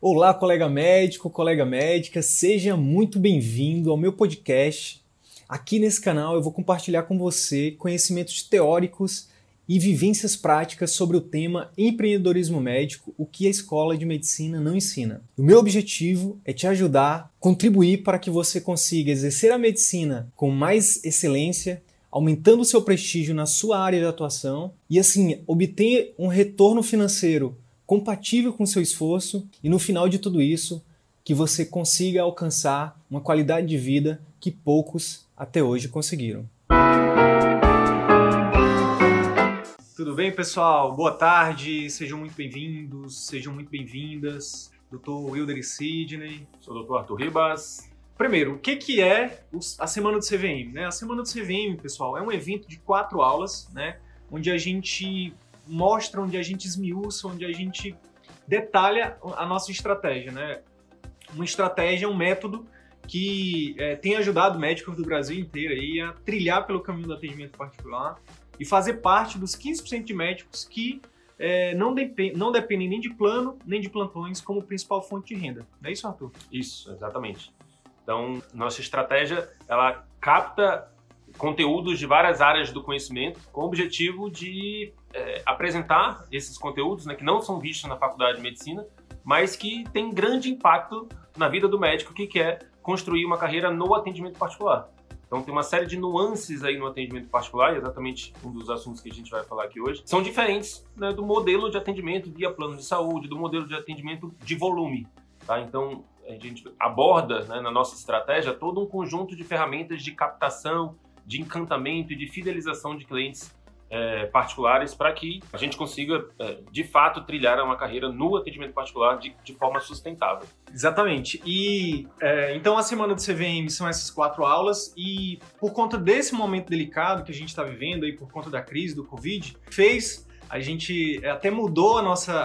Olá, colega médico, colega médica, seja muito bem-vindo ao meu podcast. Aqui nesse canal eu vou compartilhar com você conhecimentos teóricos e vivências práticas sobre o tema empreendedorismo médico, o que a escola de medicina não ensina. O meu objetivo é te ajudar, contribuir para que você consiga exercer a medicina com mais excelência, aumentando o seu prestígio na sua área de atuação e assim obter um retorno financeiro compatível com o seu esforço e no final de tudo isso, que você consiga alcançar uma qualidade de vida que poucos até hoje conseguiram. Tudo bem, pessoal? Boa tarde, sejam muito bem-vindos, sejam muito bem-vindas. Dr. Wilder e Sidney. Sou o Dr. Arthur Ribas. Primeiro, o que é a Semana do CVM? A Semana do CVM, pessoal, é um evento de 4 aulas, onde a gente mostra, onde a gente esmiuça, onde a gente detalha a nossa estratégia. Uma estratégia, um método que tem ajudado médicos do Brasil inteiro aí a trilhar pelo caminho do atendimento particular e fazer parte dos 15% de médicos que não dependem nem de plano, nem de plantões como principal fonte de renda. Não é isso, Arthur? Isso, exatamente. Então, nossa estratégia, ela capta conteúdos de várias áreas do conhecimento com o objetivo de apresentar esses conteúdos, que não são vistos na faculdade de medicina, mas que têm grande impacto na vida do médico que quer construir uma carreira no atendimento particular. Então tem uma série de nuances aí no atendimento particular, e exatamente um dos assuntos que a gente vai falar aqui hoje, são diferentes do modelo de atendimento via plano de saúde, do modelo de atendimento de volume. Tá? Então a gente aborda na nossa estratégia todo um conjunto de ferramentas de captação, de encantamento e de fidelização de clientes particulares para que a gente consiga, de fato, trilhar uma carreira no atendimento particular de forma sustentável. Exatamente. E então a Semana do CVM são essas 4 aulas e por conta desse momento delicado que a gente está vivendo aí por conta da crise do Covid, a gente até mudou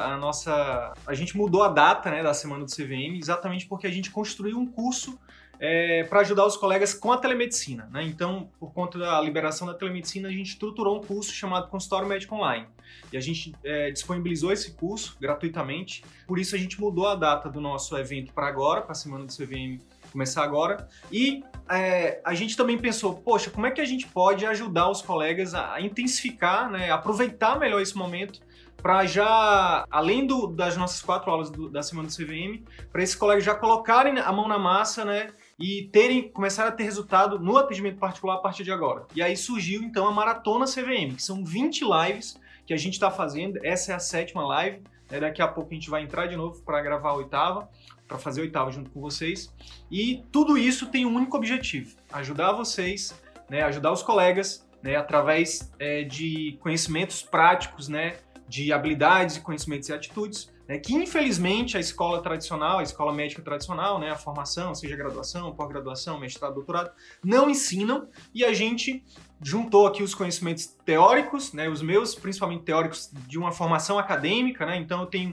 a gente mudou a data da Semana do CVM exatamente porque a gente construiu um curso para ajudar os colegas com a telemedicina. Então, por conta da liberação da telemedicina, a gente estruturou um curso chamado Consultório Médico Online. E a gente disponibilizou esse curso gratuitamente, por isso a gente mudou a data do nosso evento para agora, para a Semana do CVM começar agora. E a gente também pensou, poxa, como é que a gente pode ajudar os colegas a intensificar, aproveitar melhor esse momento para já, além das nossas 4 aulas da Semana do CVM, para esses colegas já colocarem a mão na massa, e começar a ter resultado no atendimento particular a partir de agora. E aí surgiu, então, a Maratona CVM, que são 20 lives que a gente está fazendo. Essa é a 7ª live. Daqui a pouco a gente vai entrar de novo para gravar a 8ª, para fazer a 8ª junto com vocês. E tudo isso tem um único objetivo: ajudar vocês, ajudar os colegas, através de conhecimentos práticos, de habilidades, conhecimentos e atitudes, que infelizmente a escola tradicional, a escola médica tradicional, a formação, seja graduação, pós-graduação, mestrado, doutorado, não ensinam, e a gente juntou aqui os conhecimentos teóricos, os meus, principalmente teóricos, de uma formação acadêmica, então eu tenho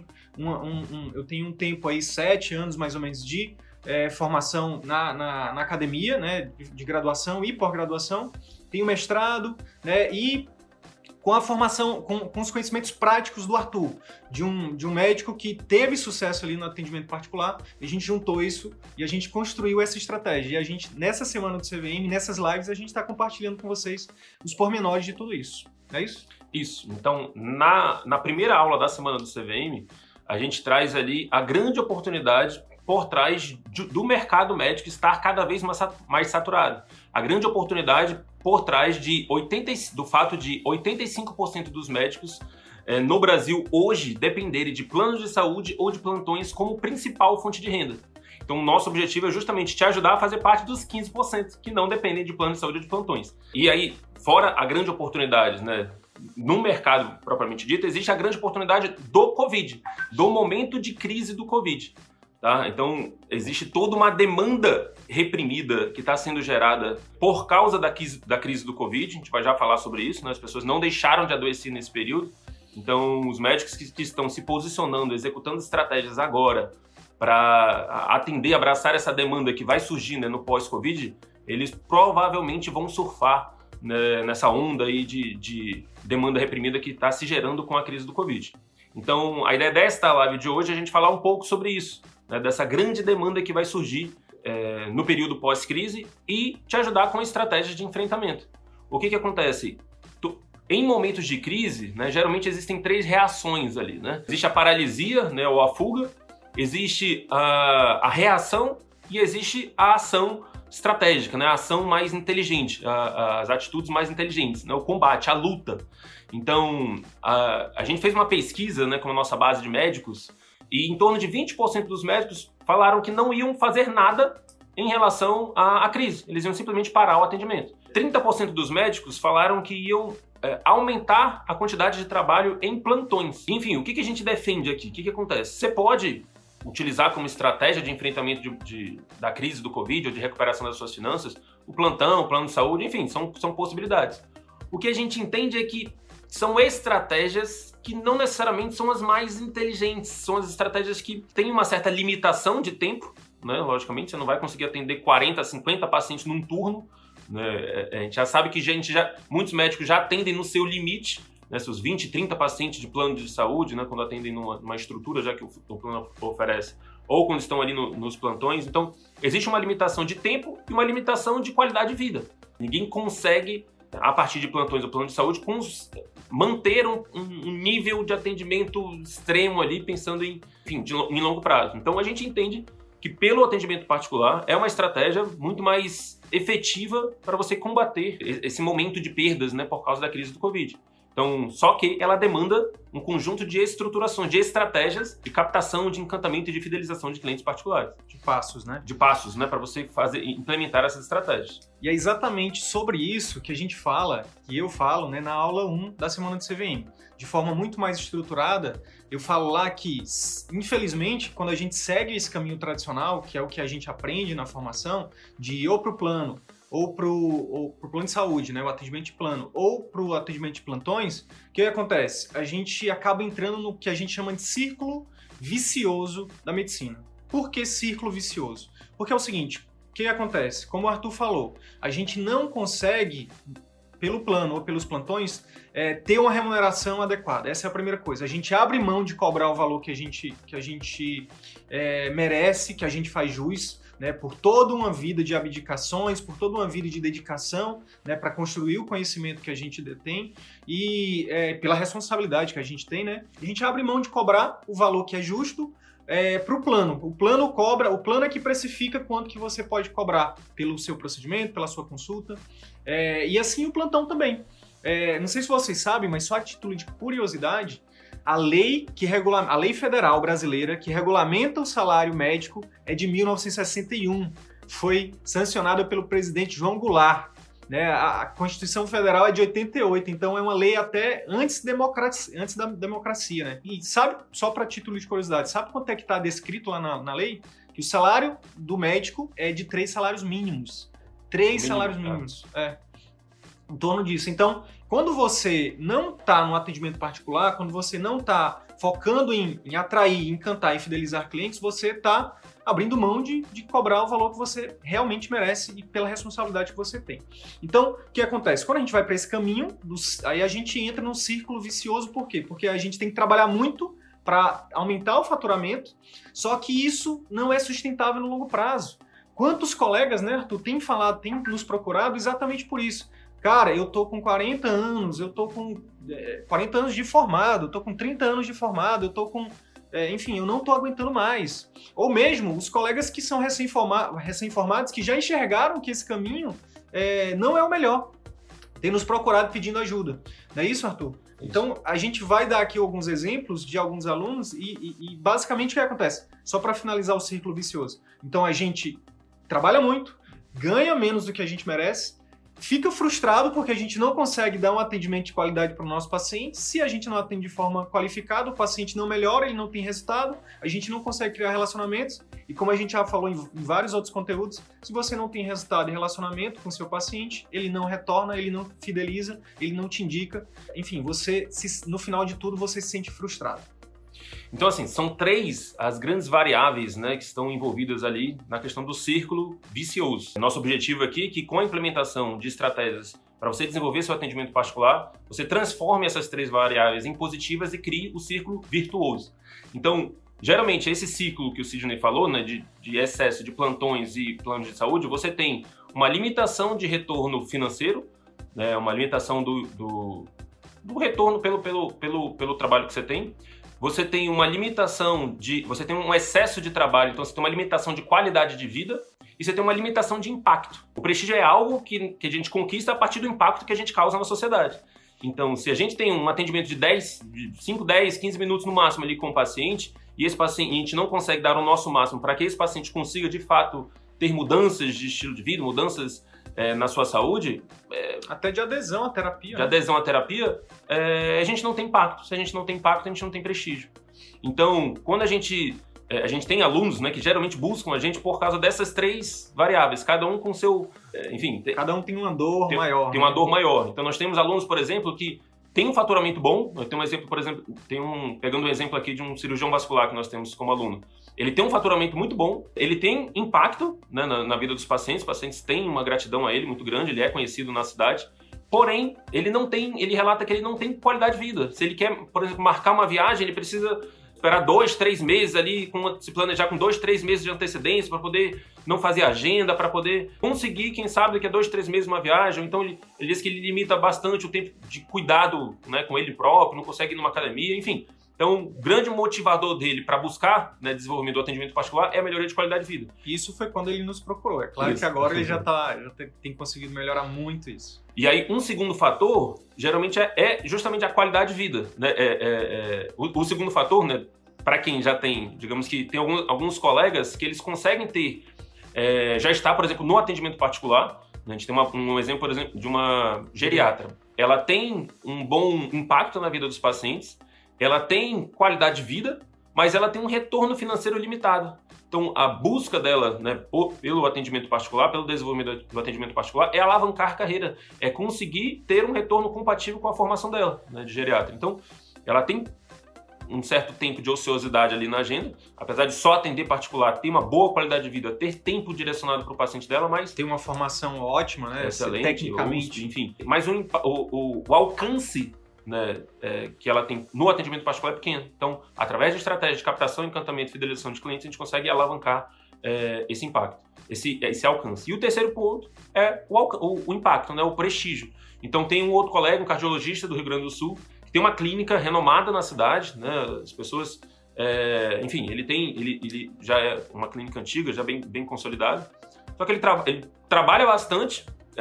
um tempo aí, 7 anos mais ou menos de formação na academia, de graduação e pós-graduação, tenho mestrado, e com a formação, com os conhecimentos práticos do Arthur, de um médico que teve sucesso ali no atendimento particular, a gente juntou isso e a gente construiu essa estratégia. E a gente, nessa Semana do CVM, nessas lives, a gente está compartilhando com vocês os pormenores de tudo isso. É isso? Isso. Então, na primeira aula da Semana do CVM, a gente traz ali a grande oportunidade por trás do mercado médico estar cada vez mais saturado. A grande oportunidade por trás do fato de 85% dos médicos no Brasil hoje dependerem de planos de saúde ou de plantões como principal fonte de renda. Então, o nosso objetivo é justamente te ajudar a fazer parte dos 15% que não dependem de plano de saúde ou de plantões. E aí, fora a grande oportunidade, no mercado propriamente dito, existe a grande oportunidade do Covid, do momento de crise do Covid. Tá? Então, existe toda uma demanda reprimida que está sendo gerada por causa da crise do Covid. A gente vai já falar sobre isso, As pessoas não deixaram de adoecer nesse período. Então, os médicos que estão se posicionando, executando estratégias agora para atender, abraçar essa demanda que vai surgir no pós-Covid, eles provavelmente vão surfar nessa onda aí de demanda reprimida que está se gerando com a crise do Covid. Então, a ideia desta live de hoje é a gente falar um pouco sobre isso. né, dessa grande demanda que vai surgir no período pós-crise e te ajudar com estratégias de enfrentamento. O que acontece? Em momentos de crise, né, geralmente existem 3 reações ali, né? Existe a paralisia, né, ou a fuga, existe a reação e existe a ação estratégica, né, a ação mais inteligente, as atitudes mais inteligentes, né, o combate, a luta. Então, a gente fez uma pesquisa, né, com a nossa base de médicos e em torno de 20% dos médicos falaram que não iam fazer nada em relação à crise. Eles iam simplesmente parar o atendimento. 30% dos médicos falaram que iam aumentar a quantidade de trabalho em plantões. Enfim, o que a gente defende aqui? O que acontece? Você pode utilizar como estratégia de enfrentamento da crise do Covid ou de recuperação das suas finanças o plantão, o plano de saúde, enfim, são possibilidades. O que a gente entende é que são estratégias que não necessariamente são as mais inteligentes, são as estratégias que têm uma certa limitação de tempo, né? Logicamente, você não vai conseguir atender 40, 50 pacientes num turno, né? A gente já sabe que muitos médicos já atendem no seu limite, né? Seus 20, 30 pacientes de plano de saúde, né? Quando atendem numa estrutura já que o plano oferece, ou quando estão ali nos plantões. Então, existe uma limitação de tempo e uma limitação de qualidade de vida. Ninguém consegue, a partir de plantões ou plano de saúde, manter um nível de atendimento extremo ali, pensando em longo prazo. Então, a gente entende que pelo atendimento particular é uma estratégia muito mais efetiva para você combater esse momento de perdas, né, por causa da crise do Covid. Então, só que ela demanda um conjunto de estruturações, de estratégias de captação, de encantamento e de fidelização de clientes particulares. De passos, né? De passos, né? Para você implementar essas estratégias. E é exatamente sobre isso que a gente fala, que eu falo, né, na aula 1 da semana do CVM. De forma muito mais estruturada, eu falo lá que, infelizmente, quando a gente segue esse caminho tradicional, que é o que a gente aprende na formação, de ir ou para o plano, ou pro plano de saúde, né, o atendimento de plano, ou pro atendimento de plantões, o que acontece? A gente acaba entrando no que a gente chama de círculo vicioso da medicina. Por que círculo vicioso? Porque é o seguinte, o que acontece? Como o Arthur falou, a gente não consegue, pelo plano ou pelos plantões, ter uma remuneração adequada. Essa é a primeira coisa. A gente abre mão de cobrar o valor que a gente merece, que a gente faz jus, né, por toda uma vida de abdicações, por toda uma vida de dedicação, né, para construir o conhecimento que a gente detém e pela responsabilidade que a gente tem, né, a gente abre mão de cobrar o valor que é justo para o plano. O plano é que precifica quanto que você pode cobrar pelo seu procedimento, pela sua consulta, e assim o plantão também. Não sei se vocês sabem, mas só a título de curiosidade, a lei federal brasileira que regulamenta o salário médico é de 1961. Foi sancionada pelo presidente João Goulart. Né? A Constituição Federal é de 88, então é uma lei até antes da democracia. Né? E sabe, só para título de curiosidade, sabe quanto é que está descrito lá na lei? Que o salário do médico é de 3 salários mínimos. 3 salários mínimos. Em torno disso. Então, quando você não está no atendimento particular, quando você não está focando em atrair, encantar e fidelizar clientes, você está abrindo mão de cobrar o valor que você realmente merece e pela responsabilidade que você tem. Então, o que acontece? Quando a gente vai para esse caminho, aí a gente entra num círculo vicioso. Por quê? Porque a gente tem que trabalhar muito para aumentar o faturamento, só que isso não é sustentável no longo prazo. Quantos colegas, né, Arthur, têm nos procurado exatamente por isso? Cara, eu tô com 40 anos, eu tô com 40 anos de formado, eu tô com 30 anos de formado, eu tô com... enfim, eu não tô aguentando mais. Ou mesmo os colegas que são recém-formados, que já enxergaram que esse caminho não é o melhor. Tem nos procurado pedindo ajuda. Não é isso, Arthur? Isso. Então, a gente vai dar aqui alguns exemplos de alguns alunos e basicamente o que acontece? Só para finalizar o círculo vicioso. Então, a gente trabalha muito, ganha menos do que a gente merece, fica frustrado porque a gente não consegue dar um atendimento de qualidade para o nosso paciente. Se a gente não atende de forma qualificada, o paciente não melhora, ele não tem resultado, a gente não consegue criar relacionamentos. E como a gente já falou em vários outros conteúdos, se você não tem resultado e relacionamento com o seu paciente, ele não retorna, ele não fideliza, ele não te indica. Enfim, no final de tudo, você se sente frustrado. Então, assim, são 3 as grandes variáveis, né, que estão envolvidas ali na questão do círculo vicioso. Nosso objetivo aqui é que, com a implementação de estratégias para você desenvolver seu atendimento particular, você transforme essas 3 variáveis em positivas e crie o círculo virtuoso. Então, geralmente, esse ciclo que o Sidney falou, né, de excesso de plantões e planos de saúde, você tem uma limitação de retorno financeiro, né, uma limitação do retorno pelo trabalho que você tem. Você tem uma limitação você tem um excesso de trabalho, então você tem uma limitação de qualidade de vida e você tem uma limitação de impacto. O prestígio é algo que a gente conquista a partir do impacto que a gente causa na sociedade. Então, se a gente tem um atendimento de 5, 10, 15 minutos no máximo ali com o paciente, e esse paciente não consegue dar o nosso máximo para que esse paciente consiga, de fato, ter mudanças de estilo de vida, mudanças na sua saúde... até de adesão à terapia. De adesão à terapia, a gente não tem impacto. Se a gente não tem impacto, a gente não tem prestígio. Então, quando a gente tem alunos, né, que geralmente buscam a gente por causa dessas 3 variáveis, cada um com seu... enfim... Cada um tem uma dor maior. Tem uma dor maior. Então, nós temos alunos, por exemplo, que tem um faturamento bom. Eu tenho um exemplo, por exemplo, pegando um exemplo aqui de um cirurgião vascular que nós temos como aluno. Ele tem um faturamento muito bom, ele tem impacto, né, na vida dos pacientes. Os pacientes têm uma gratidão a ele muito grande, ele é conhecido na cidade. Porém, ele relata que ele não tem qualidade de vida. Se ele quer, por exemplo, marcar uma viagem, ele precisa esperar 2, 3 meses ali, se planejar com 2, 3 meses de antecedência para poder não fazer agenda, para poder conseguir, quem sabe, daqui a 2, 3 meses uma viagem. Então, ele diz que ele limita bastante o tempo de cuidado, né, com ele próprio, não consegue ir numa academia, enfim. Então, o grande motivador dele para buscar, né, desenvolvimento do atendimento particular é a melhoria de qualidade de vida. Isso foi quando ele nos procurou. É claro que agora ele já tem conseguido melhorar muito isso. E aí, um segundo fator, geralmente, é justamente a qualidade de vida. Né? O segundo fator, né, para quem já tem, digamos que tem alguns colegas que eles conseguem ter, já está, por exemplo, no atendimento particular. Né? A gente tem um exemplo, por exemplo, de uma geriatra. Ela tem um bom impacto na vida dos pacientes, ela tem qualidade de vida, mas ela tem um retorno financeiro limitado. Então, a busca dela, né, pelo atendimento particular, pelo desenvolvimento do atendimento particular, é alavancar a carreira, é conseguir ter um retorno compatível com a formação dela, né, de geriatra. Então, ela tem um certo tempo de ociosidade ali na agenda, apesar de só atender particular, ter uma boa qualidade de vida, ter tempo direcionado para o paciente dela, mas... Tem uma formação ótima, né? Excelente, tecnicamente. Enfim, mas o alcance, né, que ela tem no atendimento particular é pequeno. Então, através de estratégias de captação, encantamento e fidelização de clientes, a gente consegue alavancar esse impacto, esse alcance. E o terceiro ponto é o impacto, né, o prestígio. Então, tem um outro colega, um cardiologista do Rio Grande do Sul, que tem uma clínica renomada na cidade, né, as pessoas... enfim, ele já é uma clínica antiga, já bem consolidada, só que ele trabalha bastante,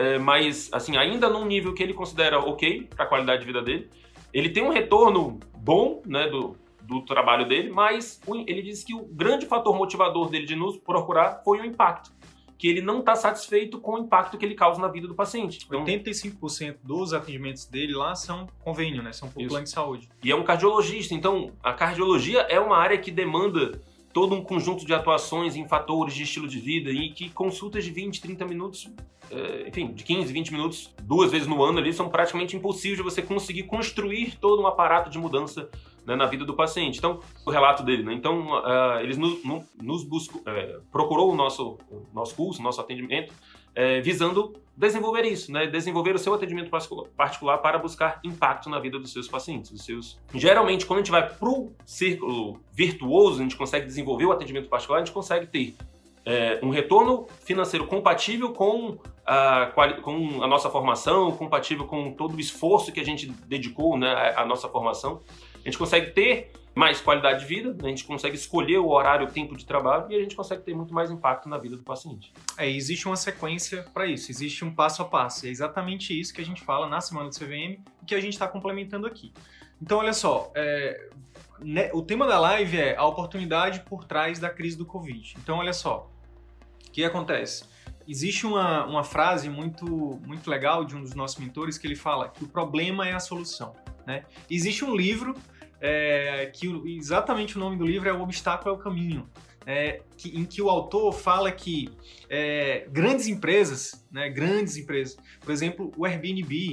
mas assim, ainda num nível que ele considera ok para a qualidade de vida dele. Ele tem um retorno bom, né, do trabalho dele, mas ele diz que o grande fator motivador dele de nos procurar foi o impacto, que ele não está satisfeito com o impacto que ele causa na vida do paciente. Então, 85% dos atendimentos dele lá são convênio, né? São por plano de saúde. E é um cardiologista, então a cardiologia é uma área que demanda todo um conjunto de atuações em fatores de estilo de vida e que consultas de 20, 30 minutos, enfim, de 15, 20 minutos, 2 vezes no ano ali, são praticamente impossíveis de você conseguir construir todo um aparato de mudança, né, na vida do paciente. Então, o relato dele, né? Então, eles nos buscam, procurou o nosso curso, nosso atendimento, visando desenvolver isso, né? Desenvolver o seu atendimento particular para buscar impacto na vida dos seus pacientes. Geralmente, quando a gente vai para o círculo virtuoso, a gente consegue desenvolver o atendimento particular, a gente consegue ter um retorno financeiro compatível com a nossa formação, compatível com todo o esforço que a gente dedicou, né, à nossa formação. A gente consegue ter mais qualidade de vida, né? A gente consegue escolher o horário, o tempo de trabalho e a gente consegue ter muito mais impacto na vida do paciente. Existe uma sequência para isso, existe um passo a passo. É exatamente isso que a gente fala na Semana do CVM e que a gente está complementando aqui. Então, olha só, o tema da live é a oportunidade por trás da crise do Covid. Então, olha só, o que acontece? Existe uma frase muito legal de um dos nossos mentores que ele fala que o problema é a solução, né? Existe um livro que exatamente o nome do livro é O Obstáculo é o Caminho, em que o autor fala que grandes empresas, por exemplo, o Airbnb,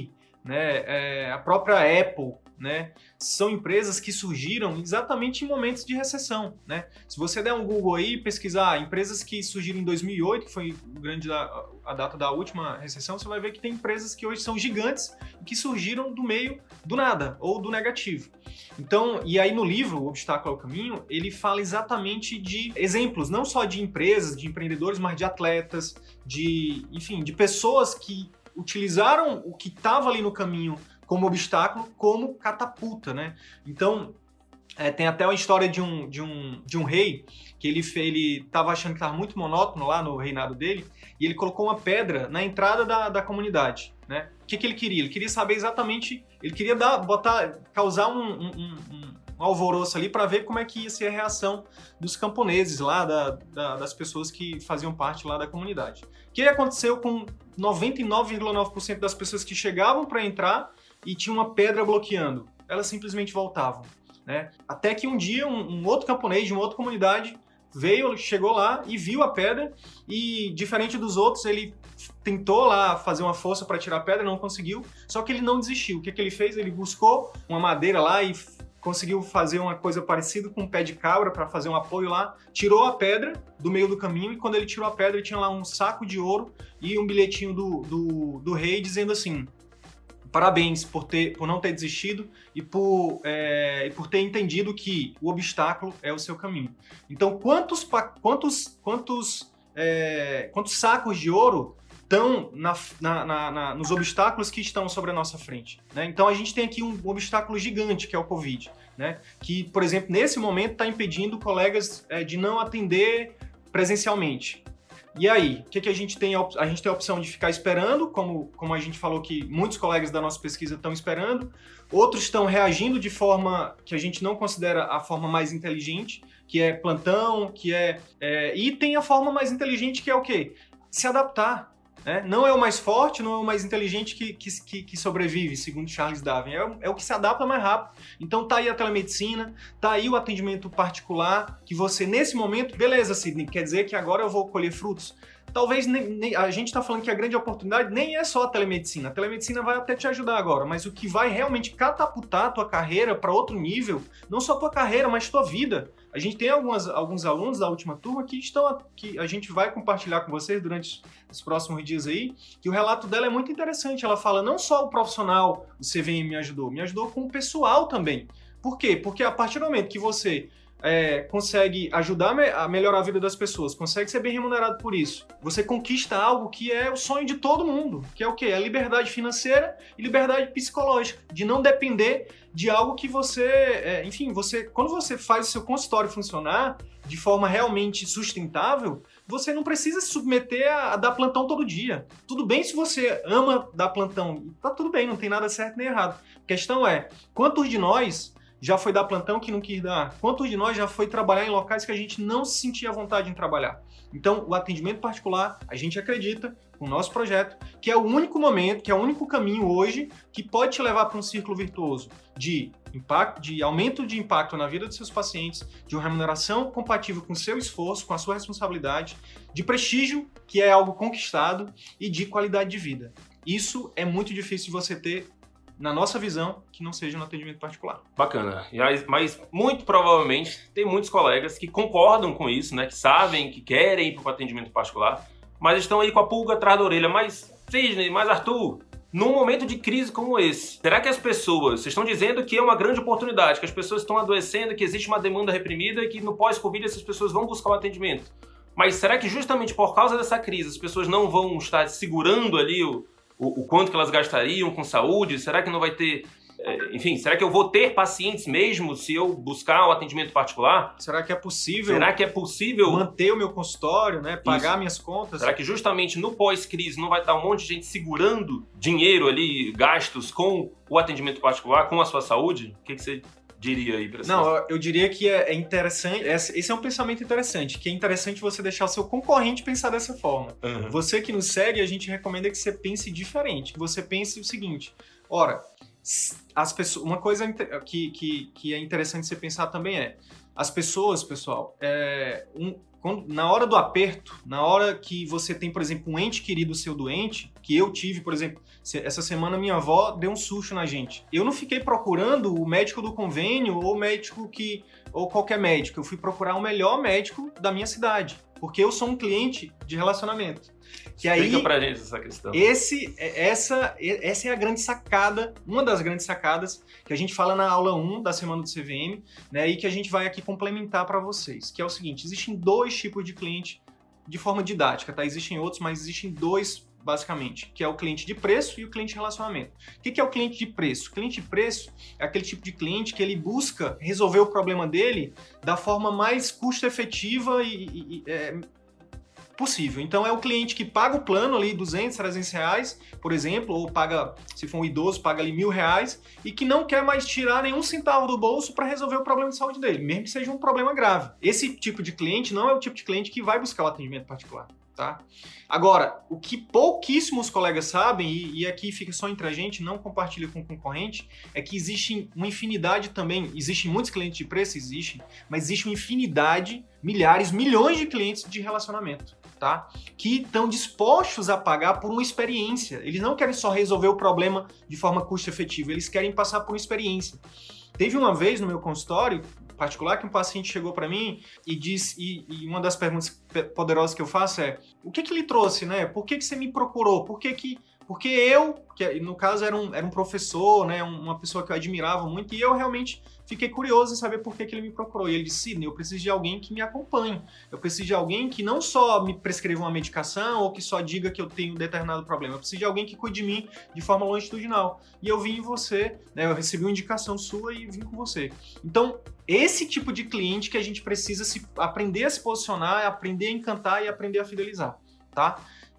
né, a própria Apple, né, são empresas que surgiram exatamente em momentos de recessão, né? Se você der um Google aí e pesquisar empresas que surgiram em 2008, que foi a data da última recessão, você vai ver que tem empresas que hoje são gigantes e que surgiram do meio do nada ou do negativo. Então, e aí no livro, O Obstáculo ao Caminho, ele fala exatamente de exemplos, não só de empresas, de empreendedores, mas de atletas, enfim, de pessoas que utilizaram o que estava ali no caminho como obstáculo, como catapulta, né? Então, tem até uma história de um rei que ele estava achando que estava muito monótono lá no reinado dele e ele colocou uma pedra na entrada da comunidade, né? O que ele queria? Ele queria saber exatamente, ele queria causar um alvoroço ali para ver como é que ia ser a reação dos camponeses lá, das pessoas que faziam parte lá da comunidade. O que aconteceu com 99,9% das pessoas que chegavam para entrar e tinha uma pedra bloqueando? Elas simplesmente voltavam, né? Até que um dia um outro camponês de uma outra comunidade chegou lá e viu a pedra e, diferente dos outros, ele tentou lá fazer uma força para tirar a pedra, não conseguiu, só que ele não desistiu. O que ele fez? Ele buscou uma madeira lá e conseguiu fazer uma coisa parecida com um pé de cabra para fazer um apoio lá, tirou a pedra do meio do caminho e quando ele tirou a pedra, ele tinha lá um saco de ouro e um bilhetinho do rei dizendo assim: parabéns por não ter desistido e por ter entendido que o obstáculo é o seu caminho. Então, quantos sacos de ouro estão nos obstáculos que estão sobre a nossa frente, né? Então, a gente tem aqui um obstáculo gigante, que é o Covid, né? Que, por exemplo, nesse momento está impedindo colegas de não atender presencialmente. E aí, o que a gente tem? A gente tem a opção de ficar esperando, como a gente falou que muitos colegas da nossa pesquisa estão esperando, outros estão reagindo de forma que a gente não considera a forma mais inteligente, que é plantão, e tem a forma mais inteligente que é o quê? Se adaptar. Não é o mais forte, não é o mais inteligente que sobrevive, segundo Charles Darwin. É o que se adapta mais rápido. Então tá aí a telemedicina, tá aí o atendimento particular, que você, nesse momento, beleza, Sidney, quer dizer que agora eu vou colher frutos? Talvez a gente está falando que a grande oportunidade nem é só a telemedicina. A telemedicina vai até te ajudar agora, mas o que vai realmente catapultar a tua carreira para outro nível, não só a tua carreira, mas tua vida. A gente tem alguns alunos da última turma que a gente vai compartilhar com vocês durante os próximos dias aí, que o relato dela é muito interessante. Ela fala, não só o profissional do CVM me ajudou com o pessoal também. Por quê? Porque a partir do momento que você consegue ajudar a melhorar a vida das pessoas, consegue ser bem remunerado por isso, você conquista algo que é o sonho de todo mundo, que é o quê? A liberdade financeira e liberdade psicológica, de não depender de algo que você, quando você faz o seu consultório funcionar de forma realmente sustentável, você não precisa se submeter a dar plantão todo dia. Tudo bem se você ama dar plantão, tá tudo bem, não tem nada certo nem errado. A questão é, quantos de nós já foi dar plantão que não quis dar? Quantos de nós já foi trabalhar em locais que a gente não se sentia à vontade em trabalhar? Então, o atendimento particular, a gente acredita, com o nosso projeto, que é o único momento, que é o único caminho hoje que pode te levar para um círculo virtuoso de impacto, de aumento de impacto na vida dos seus pacientes, de uma remuneração compatível com o seu esforço, com a sua responsabilidade, de prestígio, que é algo conquistado, e de qualidade de vida. Isso é muito difícil de você ter, na nossa visão, que não seja no atendimento particular. Bacana. Mas muito provavelmente tem muitos colegas que concordam com isso, né? Que sabem, que querem ir para o atendimento particular, mas estão aí com a pulga atrás da orelha. Mas, Sidney, mas Arthur, num momento de crise como esse, será que as pessoas... Vocês estão dizendo que é uma grande oportunidade, que as pessoas estão adoecendo, que existe uma demanda reprimida e que no pós-Covid essas pessoas vão buscar o atendimento. Mas será que justamente por causa dessa crise as pessoas não vão estar segurando ali o quanto que elas gastariam com saúde? Será que não vai ter... será que eu vou ter pacientes mesmo se eu buscar o atendimento particular? Será que é possível? Será que é possível manter o meu consultório, né? Pagar minhas contas? Será que justamente no pós-crise não vai estar um monte de gente segurando dinheiro ali, gastos com o atendimento particular, com a sua saúde? O que você diria aí para isso? Não, eu diria que é interessante, esse é um pensamento interessante, que é interessante você deixar o seu concorrente pensar dessa forma. Uhum. Você que nos segue, a gente recomenda que você pense diferente, que você pense o seguinte, ora, as pessoas, uma coisa que é interessante você pensar também as pessoas, pessoal, na hora do aperto, na hora que você tem, por exemplo, um ente querido seu doente, que eu tive, por exemplo, essa semana minha avó deu um susto na gente. Eu não fiquei procurando o médico do convênio ou qualquer médico. Eu fui procurar o melhor médico da minha cidade, porque eu sou um cliente de relacionamento. Explica pra gente essa questão. Essa é a grande sacada, uma das grandes sacadas que a gente fala na aula 1 da semana do CVM, né, e que a gente vai aqui complementar para vocês, que é o seguinte: existem dois tipos de cliente de forma didática, tá? Existem outros, mas existem dois basicamente, que é o cliente de preço e o cliente de relacionamento. O que é o cliente de preço? O cliente de preço é aquele tipo de cliente que ele busca resolver o problema dele da forma mais custo-efetiva e possível. Então é o cliente que paga o plano ali, 200, 300 reais, por exemplo, ou paga, se for um idoso, paga ali R$1.000 e que não quer mais tirar nenhum centavo do bolso para resolver o problema de saúde dele, mesmo que seja um problema grave. Esse tipo de cliente não é o tipo de cliente que vai buscar o atendimento particular. Tá? Agora, o que pouquíssimos colegas sabem, e aqui fica só entre a gente, não compartilha com o concorrente, é que existe uma infinidade também, existem muitos clientes de preço, mas existe uma infinidade, milhares, milhões de clientes de relacionamento, tá? Que estão dispostos a pagar por uma experiência. Eles não querem só resolver o problema de forma custo-efetiva, eles querem passar por uma experiência. Teve uma vez no meu consultório particular que um paciente chegou para mim e disse, e uma das perguntas poderosas que eu faço é: o que lhe trouxe, né? Por que você me procurou? Porque eu, que no caso era um professor, né, uma pessoa que eu admirava muito, e eu realmente fiquei curioso em saber por que ele me procurou. E ele disse: Sidney, eu preciso de alguém que me acompanhe. Eu preciso de alguém que não só me prescreva uma medicação ou que só diga que eu tenho determinado problema. Eu preciso de alguém que cuide de mim de forma longitudinal. E eu vim em você, né, eu recebi uma indicação sua e vim com você. Então, esse tipo de cliente que a gente precisa aprender a se posicionar, aprender a encantar e aprender a fidelizar, tá?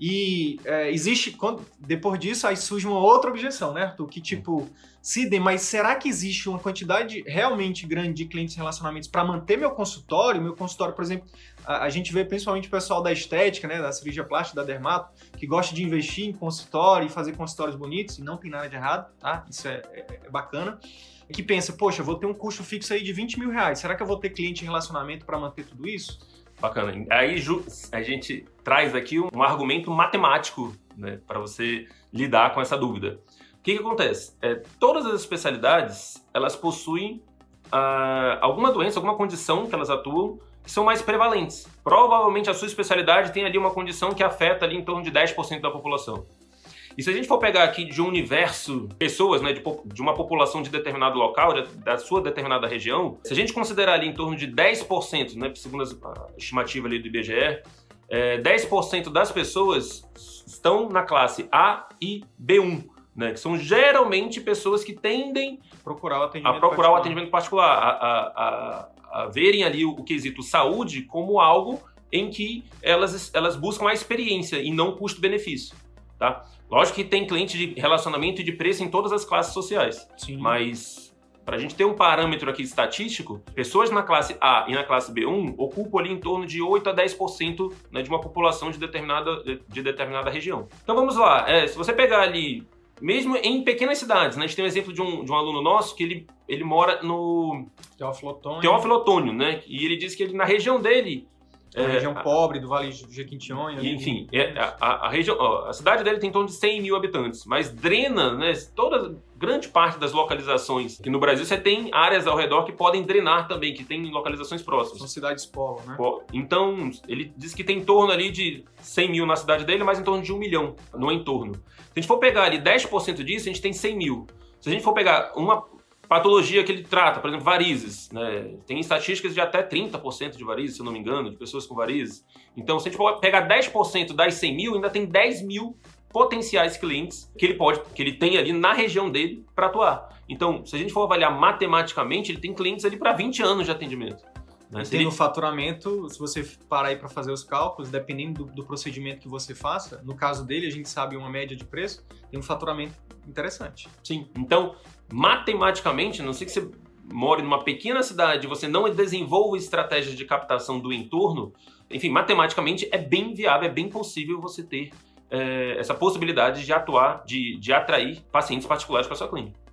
E existe, depois disso, aí surge uma outra objeção, né, Arthur? Que tipo, Sidney, mas será que existe uma quantidade realmente grande de clientes e relacionamentos para manter meu consultório? Meu consultório, por exemplo, a gente vê principalmente o pessoal da estética, né, da cirurgia plástica, da dermato, que gosta de investir em consultório e fazer consultórios bonitos, e não tem nada de errado, tá? Isso é bacana. Que pensa, poxa, vou ter um custo fixo aí de R$20.000, será que eu vou ter cliente e relacionamento para manter tudo isso? Bacana. Aí a gente traz aqui um argumento matemático, né, para você lidar com essa dúvida. O que acontece? Todas as especialidades, elas possuem alguma doença, alguma condição que elas atuam, que são mais prevalentes. Provavelmente a sua especialidade tem ali uma condição que afeta ali em torno de 10% da população. E se a gente for pegar aqui de um universo de pessoas, né, de uma população de determinado local, da sua determinada região, se a gente considerar ali em torno de 10%, né, segundo a estimativa ali do IBGE, 10% das pessoas estão na classe A e B1, né, que são geralmente pessoas que tendem a procurar o atendimento particular, a verem ali o quesito saúde como algo em que elas buscam a experiência e não custo-benefício. Tá? Lógico que tem cliente de relacionamento e de preço em todas as classes sociais. Sim. Mas para a gente ter um parâmetro aqui estatístico, pessoas na classe A e na classe B1 ocupam ali em torno de 8 a 10%, né, de uma população de determinada região. Então vamos lá, se você pegar ali, mesmo em pequenas cidades, né, a gente tem um exemplo de um aluno nosso que ele mora no Teófilo Otônio, né, e ele diz que na região dele, a região pobre do Vale do Jequitinhonha. Enfim, a cidade dele tem em torno de 100 mil habitantes, mas drena, né, grande parte das localizações. Que no Brasil você tem áreas ao redor que podem drenar também, que tem localizações próximas. São cidades polo, né? Então, ele diz que tem em torno ali de 100 mil na cidade dele, mas em torno de 1 milhão no entorno. Se a gente for pegar ali 10% disso, a gente tem 100 mil. Se a gente for pegar uma patologia que ele trata, por exemplo, varizes, né? Tem estatísticas de até 30% de varizes, se eu não me engano, de pessoas com varizes. Então, se a gente for pegar 10% das 100 mil, ainda tem 10 mil potenciais clientes que ele tem ali na região dele para atuar. Então, se a gente for avaliar matematicamente, ele tem clientes ali para 20 anos de atendimento. Né? No faturamento, se você parar aí para fazer os cálculos, dependendo do procedimento que você faça, no caso dele, a gente sabe uma média de preço, tem um faturamento interessante. Sim, então, matematicamente, a não ser que você more numa pequena cidade, você não desenvolva estratégias de captação do entorno, enfim, matematicamente é bem viável, é bem possível você ter essa possibilidade de atuar, de atrair pacientes particulares para sua clínica.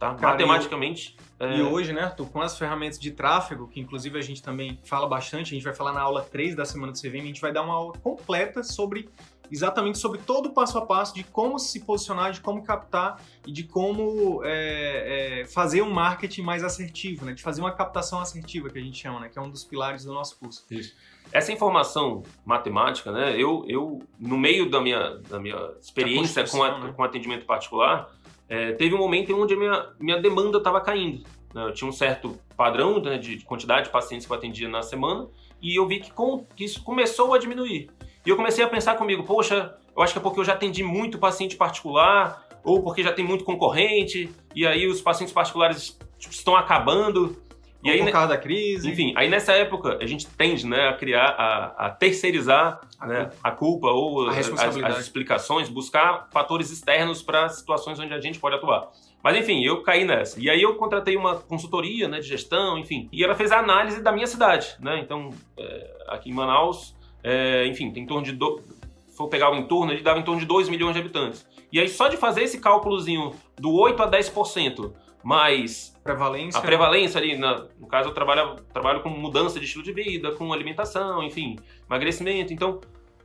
tá? Cara, Matematicamente... E hoje, né, Arthur, com as ferramentas de tráfego, que inclusive a gente também fala bastante, a gente vai falar na aula 3 da semana do CVM, a gente vai dar uma aula completa exatamente sobre todo o passo a passo de como se posicionar, de como captar e de como fazer um marketing mais assertivo, né, de fazer uma captação assertiva, que a gente chama, né, que é um dos pilares do nosso curso. Isso. Essa informação matemática, né, eu no meio da minha experiência com atendimento particular, teve um momento em onde a minha demanda estava caindo. Né? Eu tinha um certo padrão, né, de quantidade de pacientes que eu atendia na semana e eu vi que isso começou a diminuir. E eu comecei a pensar comigo, poxa, eu acho que é porque eu já atendi muito paciente particular ou porque já tem muito concorrente e aí os pacientes particulares estão acabando. E aí, por causa da crise. Enfim, aí nessa época a gente tende, né, a criar, a terceirizar a culpa ou as explicações, buscar fatores externos para situações onde a gente pode atuar. Mas enfim, eu caí nessa. E aí eu contratei uma consultoria, né, de gestão, enfim, e ela fez a análise da minha cidade, né? Então, aqui em Manaus, enfim, tem em torno de... Se for pegar o entorno, ele dava em torno de 2 milhões de habitantes. E aí só de fazer esse cálculozinho do 8 a 10%, mais a prevalência ali, no caso eu trabalho com mudança de estilo de vida, com alimentação, enfim, emagrecimento. Então,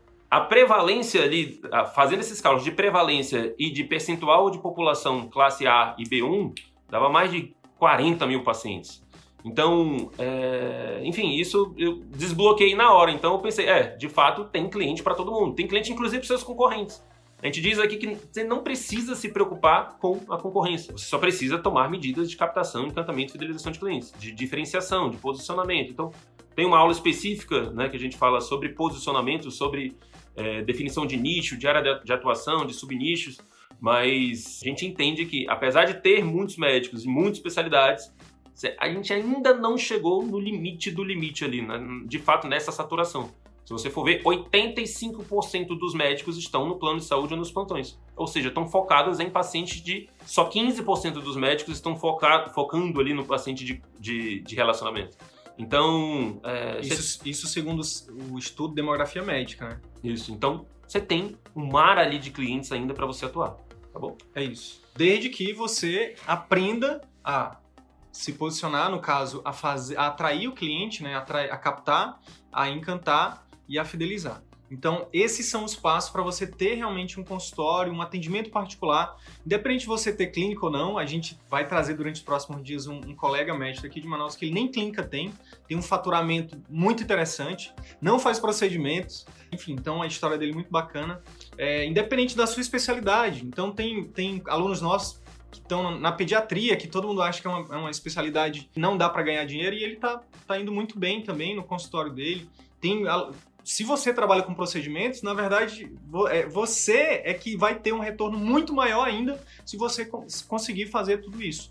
a prevalência ali, fazendo esses cálculos de prevalência e de percentual de população classe A e B1, dava mais de 40 mil pacientes. Então, enfim, isso eu desbloqueei na hora. Então eu pensei, de fato tem cliente para todo mundo. Tem cliente inclusive para seus concorrentes. A gente diz aqui que você não precisa se preocupar com a concorrência. Você só precisa tomar medidas de captação, encantamento e fidelização de clientes, de diferenciação, de posicionamento. Então, tem uma aula específica, né, que a gente fala sobre posicionamento, sobre definição de nicho, de área de atuação, de subnichos, mas a gente entende que, apesar de ter muitos médicos e muitas especialidades, a gente ainda não chegou no limite do limite ali, né, de fato, nessa saturação. Se você for ver, 85% dos médicos estão no plano de saúde ou nos plantões. Ou seja, estão focados em pacientes de... Só 15% dos médicos estão focando ali no paciente de relacionamento. Então... Isso segundo o estudo Demografia Médica, né? Isso. Então, você tem um mar ali de clientes ainda para você atuar. Tá bom? É isso. Desde que você aprenda a se posicionar, no caso, a atrair o cliente, né? A captar, a encantar e a fidelizar. Então, esses são os passos para você ter realmente um consultório, um atendimento particular. Independente de você ter clínica ou não, a gente vai trazer durante os próximos dias um colega médico aqui de Manaus que ele nem clínica tem um faturamento muito interessante, não faz procedimentos, enfim, então a história dele é muito bacana. Independente da sua especialidade, então tem alunos nossos que estão na pediatria, que todo mundo acha que é uma especialidade que não dá para ganhar dinheiro, e ele tá indo muito bem também no consultório dele. Se você trabalha com procedimentos, na verdade, você é que vai ter um retorno muito maior ainda se você conseguir fazer tudo isso.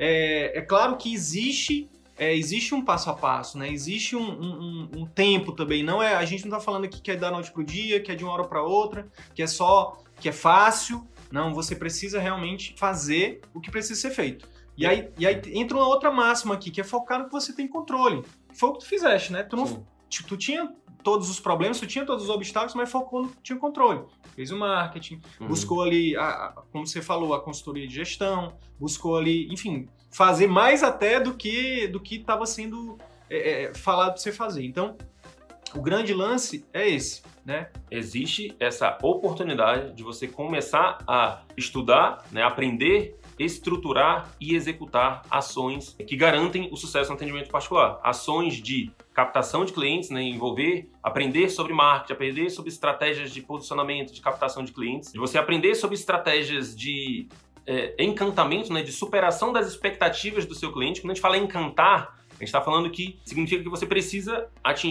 É claro que existe um passo a passo, né? Existe um tempo também. A gente não está falando aqui que é da noite para o dia, que é de uma hora para outra, que é fácil. Não, você precisa realmente fazer o que precisa ser feito. E aí entra uma outra máxima aqui, que é focar no que você tem controle. Foi o que tu fizeste, né? Tu tinha todos os problemas, tu tinha todos os obstáculos, mas focou no que tinha controle. Fez o marketing, buscou ali, como você falou, a consultoria de gestão, buscou ali, enfim, fazer mais até do que estava sendo falado para você fazer. Então, o grande lance é esse, né? Existe essa oportunidade de você começar a estudar, né, aprender, estruturar e executar ações que garantem o sucesso no atendimento particular. Ações de captação de clientes, né, aprender sobre marketing, aprender sobre estratégias de posicionamento, de captação de clientes, de você aprender sobre estratégias de encantamento, né, de superação das expectativas do seu cliente. Quando a gente fala encantar, a gente está falando que significa que você precisa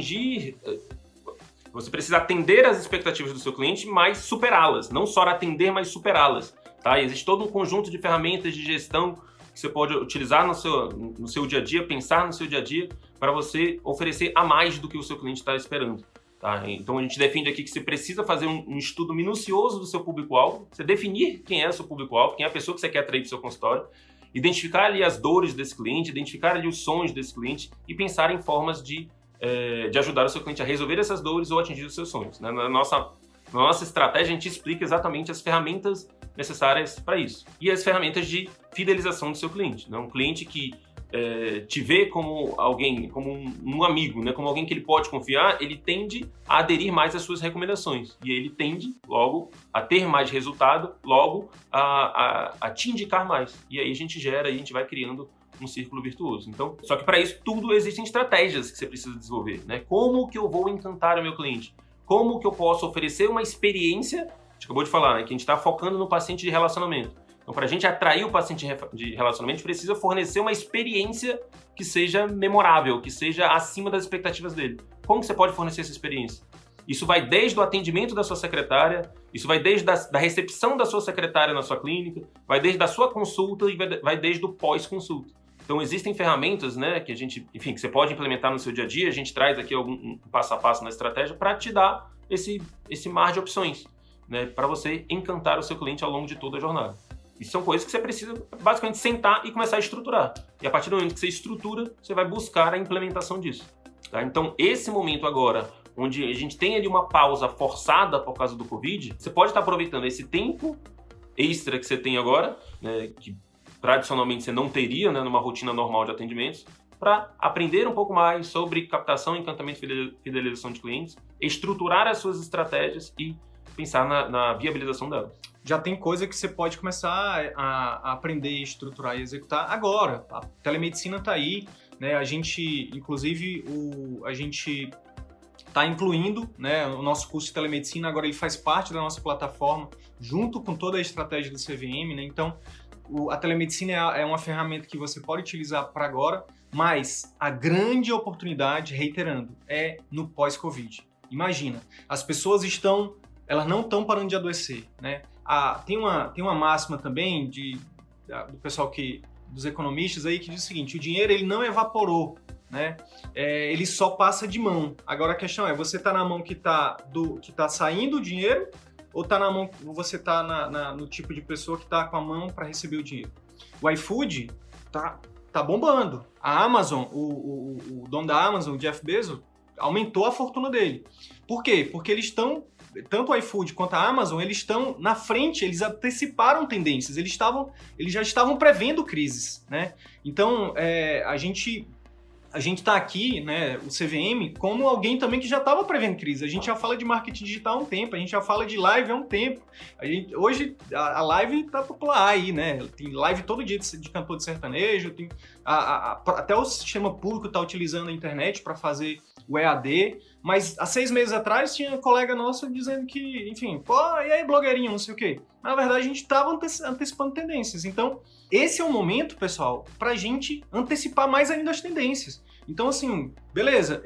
atender às expectativas do seu cliente, mas superá-las. Não só atender, mas superá-las. Tá? E existe todo um conjunto de ferramentas de gestão que você pode utilizar no seu dia a dia, pensar no seu dia a dia, para você oferecer a mais do que o seu cliente está esperando. Tá? Então a gente defende aqui que você precisa fazer um estudo minucioso do seu público-alvo, você definir quem é o seu público-alvo, quem é a pessoa que você quer atrair para o seu consultório, identificar ali as dores desse cliente, identificar ali os sonhos desse cliente e pensar em formas de ajudar o seu cliente a resolver essas dores ou atingir os seus sonhos. Né? Na nossa estratégia, a gente explica exatamente as ferramentas necessárias para isso. E as ferramentas de fidelização do seu cliente, né? Um cliente que te vê como alguém, como um amigo, né? Como alguém que ele pode confiar, ele tende a aderir mais às suas recomendações. E ele tende, logo, a ter mais resultado, logo, a te indicar mais. E aí a gente vai criando um círculo virtuoso. Então, só que para isso tudo existem estratégias que você precisa desenvolver, né? Como que eu vou encantar o meu cliente? Como que eu posso oferecer uma experiência? A gente acabou de falar, né? Que a gente está focando no paciente de relacionamento. Então, para a gente atrair o paciente de relacionamento, a gente precisa fornecer uma experiência que seja memorável, que seja acima das expectativas dele. Como que você pode fornecer essa experiência? Isso vai desde o atendimento da sua secretária, isso vai desde da recepção da sua secretária na sua clínica, vai desde a sua consulta e vai desde o pós-consulta. Então, existem ferramentas, né, que que você pode implementar no seu dia a dia. A gente traz aqui um passo a passo na estratégia para te dar esse mar de opções, né, para você encantar o seu cliente ao longo de toda a jornada. E são coisas que você precisa, basicamente, sentar e começar a estruturar. E a partir do momento que você estrutura, você vai buscar a implementação disso. Tá? Então, esse momento agora, onde a gente tem ali uma pausa forçada por causa do Covid, você pode estar aproveitando esse tempo extra que você tem agora, né, que tradicionalmente você não teria, né, numa rotina normal de atendimentos, para aprender um pouco mais sobre captação, encantamento e fidelização de clientes, estruturar as suas estratégias e pensar na viabilização delas. Já tem coisa que você pode começar a aprender, estruturar e executar agora. A telemedicina está aí, né? A gente, inclusive, a gente está incluindo, né, o nosso curso de telemedicina, agora ele faz parte da nossa plataforma, junto com toda a estratégia do CVM, né? Então, a telemedicina é uma ferramenta que você pode utilizar para agora, mas a grande oportunidade, reiterando, é no pós-Covid. Imagina, as pessoas elas não estão parando de adoecer, né? Tem uma máxima também do pessoal dos economistas aí que diz o seguinte: o dinheiro ele não evaporou, né? Ele só passa de mão. Agora a questão é, você está na mão que tá saindo o dinheiro, ou tá na mão, você tá no tipo de pessoa que tá com a mão para receber o dinheiro? O iFood tá bombando. A Amazon, o dono da Amazon, o Jeff Bezos, aumentou a fortuna dele. Por quê? Porque tanto o iFood quanto a Amazon, eles estão na frente, eles anteciparam tendências, eles já estavam prevendo crises, né? Então, a gente está aqui, né, o CVM, como alguém também que já estava prevendo crise. A gente já fala de marketing digital há um tempo, a gente já fala de live há um tempo. Hoje, a live está popular aí, né? Tem live todo dia de cantor de sertanejo, até o sistema público está utilizando a internet para fazer o EAD, mas há 6 meses atrás tinha um colega nosso dizendo que, enfim, pô, e aí blogueirinho, não sei o quê. Na verdade, a gente estava antecipando tendências. Então, esse é o momento, pessoal, para a gente antecipar mais ainda as tendências. Então, assim, beleza,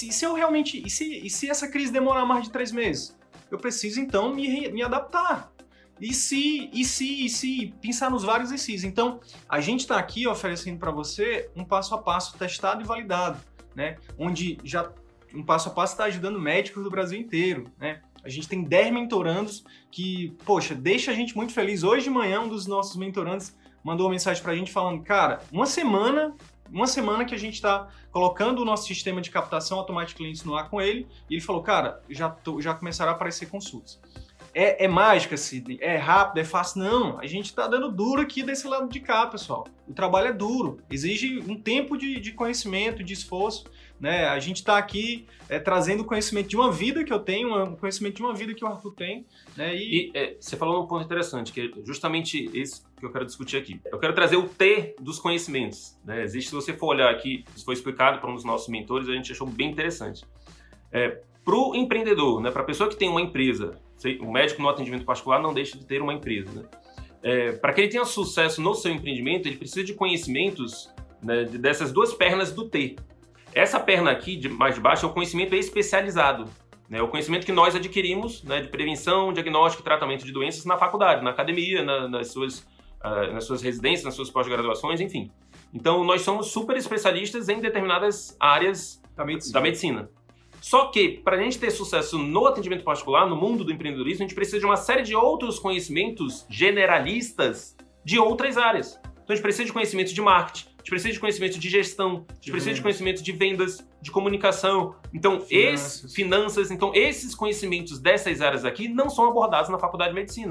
se essa crise demorar mais de 3 meses, eu preciso, então, me adaptar. E se pensar nos vários ICs. Então, a gente está aqui oferecendo para você um passo a passo testado e validado, né? Onde já um passo a passo está ajudando médicos do Brasil inteiro, né? A gente tem 10 mentorandos que, poxa, deixa a gente muito feliz. Hoje de manhã, um dos nossos mentorandos mandou uma mensagem pra gente falando, cara, uma semana que a gente está colocando o nosso sistema de captação automática de clientes no ar com ele, e ele falou, cara, já começaram a aparecer consultas. É mágica, Sidney? É rápido? É fácil? Não, a gente está dando duro aqui desse lado de cá, pessoal. O trabalho é duro, exige um tempo de conhecimento, de esforço, né? A gente está aqui trazendo conhecimento de uma vida que eu tenho, um conhecimento de uma vida que o Arthur tem, né? Você falou um ponto interessante, que é justamente esse que eu quero discutir aqui. Eu quero trazer o T dos conhecimentos, né? Existe, se você for olhar aqui, isso foi explicado por um dos nossos mentores, a gente achou bem interessante. Para o empreendedor, né? Para a pessoa que tem uma empresa, o médico no atendimento particular não deixa de ter uma empresa, né? Para que ele tenha sucesso no seu empreendimento, ele precisa de conhecimentos, né, dessas duas pernas do T. Essa perna aqui, mais de baixo, é o conhecimento especializado, né? O conhecimento que nós adquirimos, né, de prevenção, diagnóstico e tratamento de doenças na faculdade, na academia, nas suas residências, nas suas pós-graduações, enfim. Então, nós somos super especialistas em determinadas áreas da medicina. Só que, para a gente ter sucesso no atendimento particular, no mundo do empreendedorismo, a gente precisa de uma série de outros conhecimentos generalistas de outras áreas. Então, a gente precisa de conhecimento de marketing, a gente precisa de conhecimento de gestão, a gente precisa de conhecimento de vendas, de comunicação, então, finanças. Então, esses conhecimentos dessas áreas aqui não são abordados na faculdade de medicina.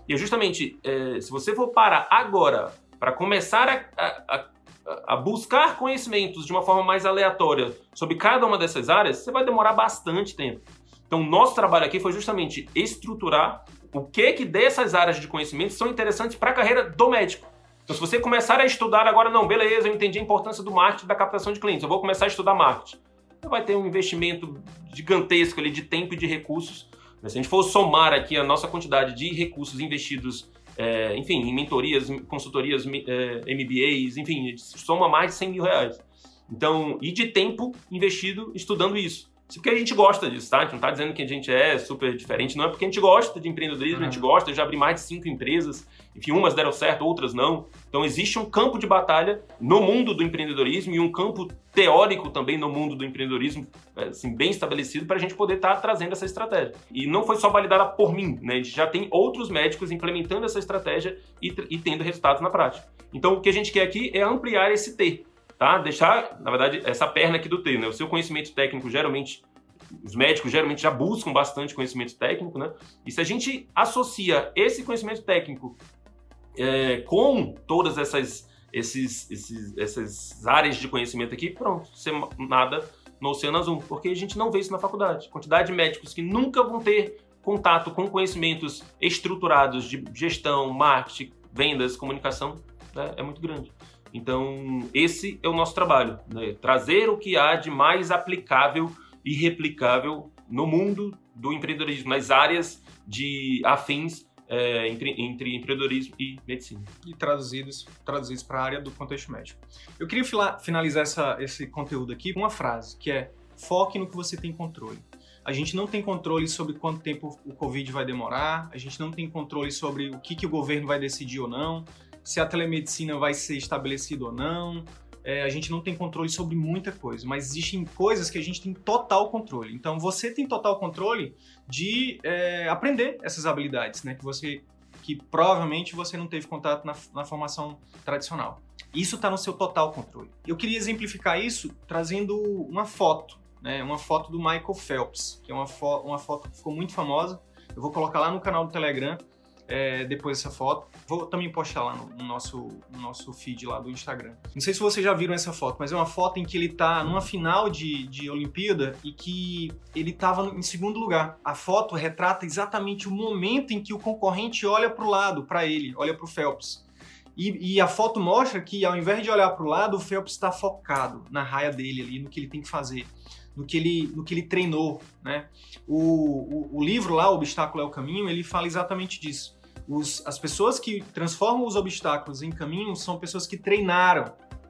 E é justamente, se você for parar agora para começar a buscar conhecimentos de uma forma mais aleatória sobre cada uma dessas áreas, você vai demorar bastante tempo. Então, nosso trabalho aqui foi justamente estruturar o que dessas áreas de conhecimento são interessantes para a carreira do médico. Então, se você começar a estudar agora, não, beleza, eu entendi a importância do marketing, da captação de clientes, eu vou começar a estudar marketing. Você vai ter um investimento gigantesco ali de tempo e de recursos. Se a gente for somar aqui a nossa quantidade de recursos investidos, enfim, em mentorias, consultorias, MBAs, enfim, soma mais de 100 mil reais. Então, e de tempo investido estudando isso. Isso porque a gente gosta disso, tá? A gente não tá dizendo que a gente é super diferente, não é porque a gente gosta de empreendedorismo, a gente gosta, eu já abri mais de 5 empresas, enfim, umas deram certo, outras não. Então existe um campo de batalha no mundo do empreendedorismo e um campo teórico também no mundo do empreendedorismo, assim, bem estabelecido para a gente poder estar trazendo essa estratégia. E não foi só validada por mim, né? A gente já tem outros médicos implementando essa estratégia e tendo resultados na prática. Então o que a gente quer aqui é ampliar esse T. Tá? Deixar, na verdade, essa perna aqui do T, né? O seu conhecimento técnico, geralmente, os médicos geralmente já buscam bastante conhecimento técnico, né? E se a gente associa esse conhecimento técnico com todas essas áreas de conhecimento aqui, pronto, você nada no Oceano Azul, porque a gente não vê isso na faculdade. A quantidade de médicos que nunca vão ter contato com conhecimentos estruturados de gestão, marketing, vendas, comunicação, né? É muito grande. Então, esse é o nosso trabalho, né? Trazer o que há de mais aplicável e replicável no mundo do empreendedorismo, nas áreas de afins entre empreendedorismo e medicina. E traduzidos para a área do contexto médico. Eu queria finalizar esse conteúdo aqui com uma frase, que é: foque no que você tem controle. A gente não tem controle sobre quanto tempo o Covid vai demorar, a gente não tem controle sobre o que o governo vai decidir ou não, se a telemedicina vai ser estabelecida ou não, a gente não tem controle sobre muita coisa, mas existem coisas que a gente tem total controle. Então, você tem total controle de aprender essas habilidades, né, que provavelmente você não teve contato na formação tradicional. Isso está no seu total controle. Eu queria exemplificar isso trazendo uma foto, né, uma foto do Michael Phelps, que é uma foto que ficou muito famosa. Eu vou colocar lá no canal do Telegram, depois dessa foto. Vou também postar lá no nosso feed lá do Instagram. Não sei se vocês já viram essa foto, mas é uma foto em que ele tá numa final de Olimpíada e que ele tava em segundo lugar. A foto retrata exatamente o momento em que o concorrente olha para o lado, para ele, olha para o Phelps. E a foto mostra que, ao invés de olhar para o lado, o Phelps está focado na raia dele ali, no que ele tem que fazer, no que ele treinou, né? O livro lá, O Obstáculo é o Caminho, ele fala exatamente disso. As pessoas que transformam os obstáculos em caminhos são pessoas que treinaram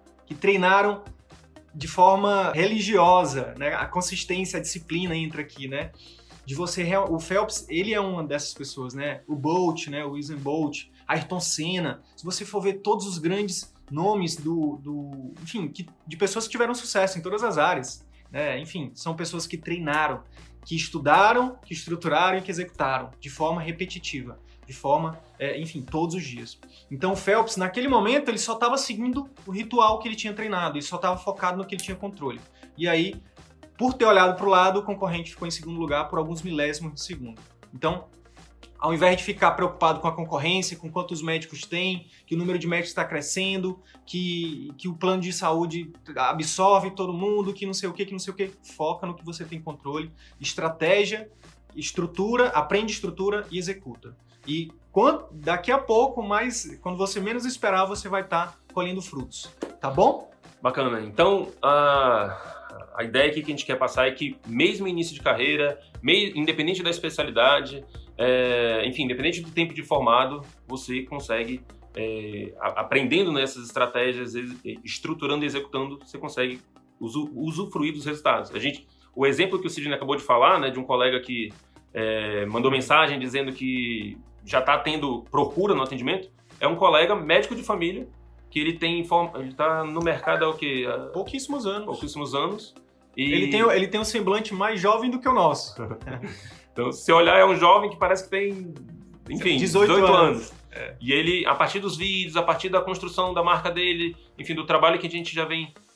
de forma religiosa, né? A consistência, a disciplina entra aqui, né? O Phelps, ele é uma dessas pessoas, né? O Bolt, né? O Usain Bolt, Ayrton Senna. Se você for ver todos os grandes nomes enfim, de pessoas que tiveram sucesso em todas as áreas, né? Enfim, são pessoas que treinaram, que estudaram, que estruturaram e que executaram de forma repetitiva, de forma, enfim, todos os dias. Então o Phelps, naquele momento, ele só estava seguindo o ritual que ele tinha treinado, ele só estava focado no que ele tinha controle. E aí, por ter olhado para o lado, o concorrente ficou em segundo lugar por alguns milésimos de segundo. Então, ao invés de ficar preocupado com a concorrência, com quantos médicos tem, que o número de médicos está crescendo, que o plano de saúde absorve todo mundo, que não sei o que, foca no que você tem controle, estratégia, aprende estrutura e executa. E daqui a pouco, quando você menos esperar, você vai estar colhendo frutos. Tá bom? Bacana. Então, a ideia aqui que a gente quer passar é que, mesmo início de carreira, independente da especialidade, enfim, independente do tempo de formado, você consegue, aprendendo nessas estratégias, estruturando e executando, você consegue usufruir dos resultados. O exemplo que o Sidney acabou de falar, né, de um colega que mandou mensagem dizendo que já está tendo procura no atendimento, é um colega médico de família que ele está no mercado há o quê? Pouquíssimos anos. E ele tem um semblante mais jovem do que o nosso. Então, se olhar, é um jovem que parece que tem, enfim, 18 anos. E ele, a partir dos vídeos, a partir da construção da marca dele, enfim, do trabalho que a gente já vem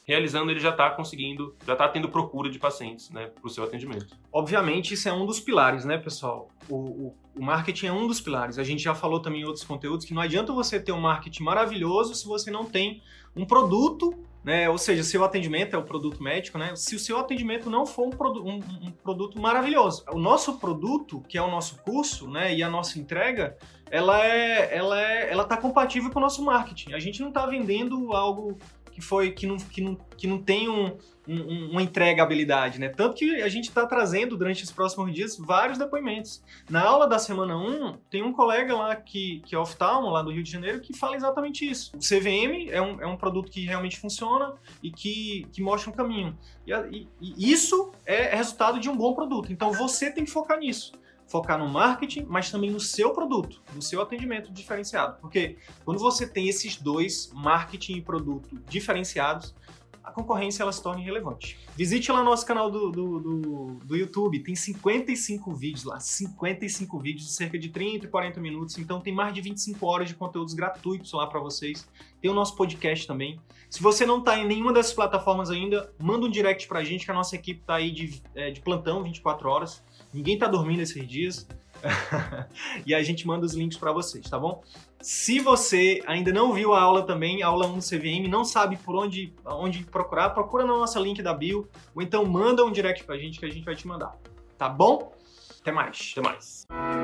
realizando, ele já está conseguindo, já está tendo procura de pacientes, né, para o seu atendimento. Obviamente, isso é um dos pilares, né, pessoal? O marketing é um dos pilares. A gente já falou também em outros conteúdos que não adianta você ter um marketing maravilhoso se você não tem um produto, né? Ou seja, seu atendimento é o produto médico, né? Se o seu atendimento não for um produto maravilhoso. O nosso produto, que é o nosso curso, né, e a nossa entrega, ela tá compatível com o nosso marketing. A gente não está vendendo algo que não tem uma entregabilidade, né? Tanto que a gente está trazendo durante os próximos dias vários depoimentos. Na aula da semana 1, tem um colega lá que é oftalmo, lá do Rio de Janeiro, que fala exatamente isso. O CVM é um produto que realmente funciona e que mostra um caminho. E isso é resultado de um bom produto. Então você tem que focar nisso. Focar no marketing, mas também no seu produto, no seu atendimento diferenciado. Porque quando você tem esses dois, marketing e produto diferenciados, a concorrência ela se torna irrelevante. Visite lá nosso canal do YouTube, tem 55 vídeos lá, 55 vídeos de cerca de 30 e 40 minutos, então tem mais de 25 horas de conteúdos gratuitos lá para vocês. Tem o nosso podcast também. Se você não está em nenhuma dessas plataformas ainda, manda um direct pra gente, que a nossa equipe está aí de plantão 24 horas. Ninguém tá dormindo esses dias. E a gente manda os links para vocês, tá bom? Se você ainda não viu a aula também, a aula 1 do CVM, não sabe por onde procurar, procura na nossa link da bio, ou então manda um direct pra gente que a gente vai te mandar. Tá bom? Até mais. Até mais.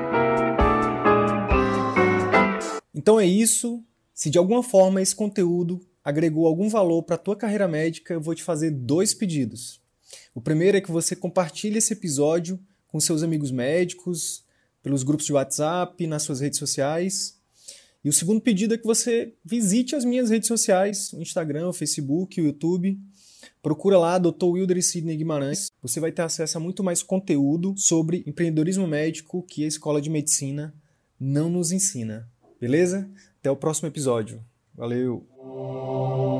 Então é isso. Se de alguma forma esse conteúdo agregou algum valor para a tua carreira médica, eu vou te fazer 2 pedidos. O primeiro é que você compartilhe esse episódio com seus amigos médicos, pelos grupos de WhatsApp, nas suas redes sociais. E o segundo pedido é que você visite as minhas redes sociais, o Instagram, o Facebook, o YouTube. Procura lá Dr. Wilder e Sidney Guimarães. Você vai ter acesso a muito mais conteúdo sobre empreendedorismo médico que a Escola de Medicina não nos ensina. Beleza? Até o próximo episódio. Valeu!